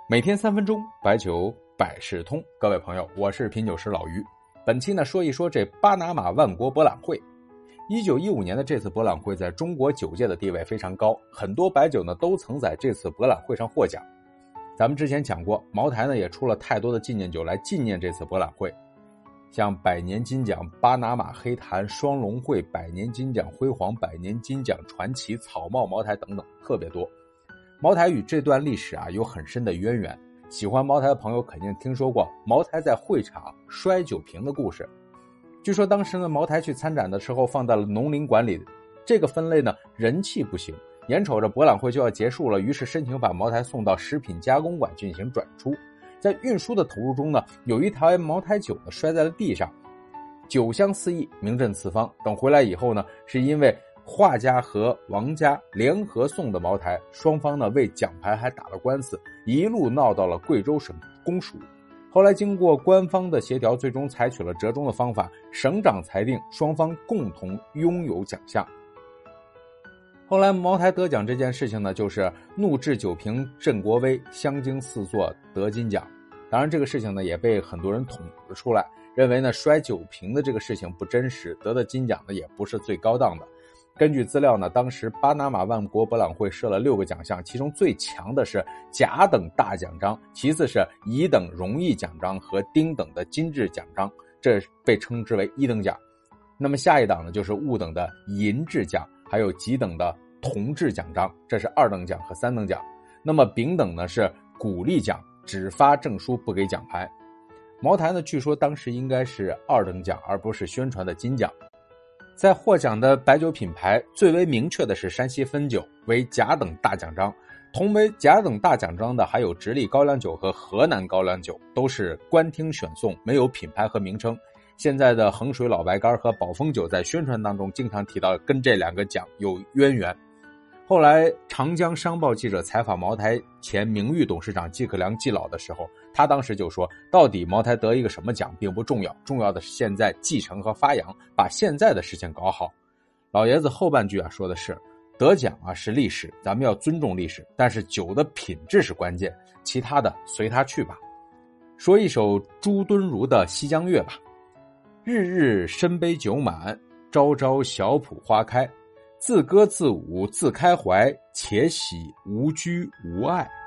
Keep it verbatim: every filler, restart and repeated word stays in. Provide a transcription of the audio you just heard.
每天三分钟，白酒百事通。各位朋友，我是品酒师老于。本期呢说一说这巴拿马万国博览会。一九一五年的这次博览会在中国酒界的地位非常高，很多白酒呢都曾在这次博览会上获奖。咱们之前讲过，茅台呢也出了太多的纪念酒来纪念这次博览会，像百年金奖、巴拿马黑檀、双龙会、百年金奖、辉煌、百年金奖、传奇、草帽茅台等等，特别多。茅台与这段历史啊有很深的渊源，喜欢茅台的朋友肯定听说过茅台在会场摔酒瓶的故事。据说当时呢，茅台去参展的时候放在了农林馆里，这个分类呢人气不行，眼瞅着博览会就要结束了，于是申请把茅台送到食品加工馆进行转出。在运输的途中呢，有一台茅台酒呢摔在了地上，酒香四溢，名震四方。等回来以后呢，是因为华家和王家联合送的茅台，双方呢为奖牌还打了官司，一路闹到了贵州省公署。后来经过官方的协调，最终采取了折中的方法，省长裁定双方共同拥有奖项。后来茅台得奖这件事情呢，就是怒掷酒瓶振国威，香精四座得金奖。当然这个事情呢也被很多人捅了出来，认为呢摔酒瓶的这个事情不真实，得的金奖呢也不是最高档的。根据资料呢，当时巴拿马万国博览会设了六个奖项，其中最强的是甲等大奖章，其次是乙等荣誉奖章和丁等的金质奖章，这被称之为一等奖。那么下一档呢就是戊等的银质奖，还有己等的铜质奖章，这是二等奖和三等奖。那么丙等呢是鼓励奖，只发证书不给奖牌。茅台呢据说当时应该是二等奖，而不是宣传的金奖。在获奖的白酒品牌最为明确的是山西汾酒，为甲等大奖章。同为甲等大奖章的还有直隶高粱酒和河南高粱酒，都是官厅选送，没有品牌和名称。现在的衡水老白干和宝丰酒在宣传当中经常提到跟这两个奖有渊源。后来长江商报记者采访茅台前名誉董事长季克良季老的时候，他当时就说，到底茅台得一个什么奖并不重要，重要的是现在继承和发扬，把现在的事情搞好。老爷子后半句啊说的是，得奖啊是历史，咱们要尊重历史，但是酒的品质是关键，其他的随他去吧。说一首朱敦儒的西江月吧。日日深杯酒满，朝朝小圃花开，自歌自舞自开怀，且喜无拘无碍。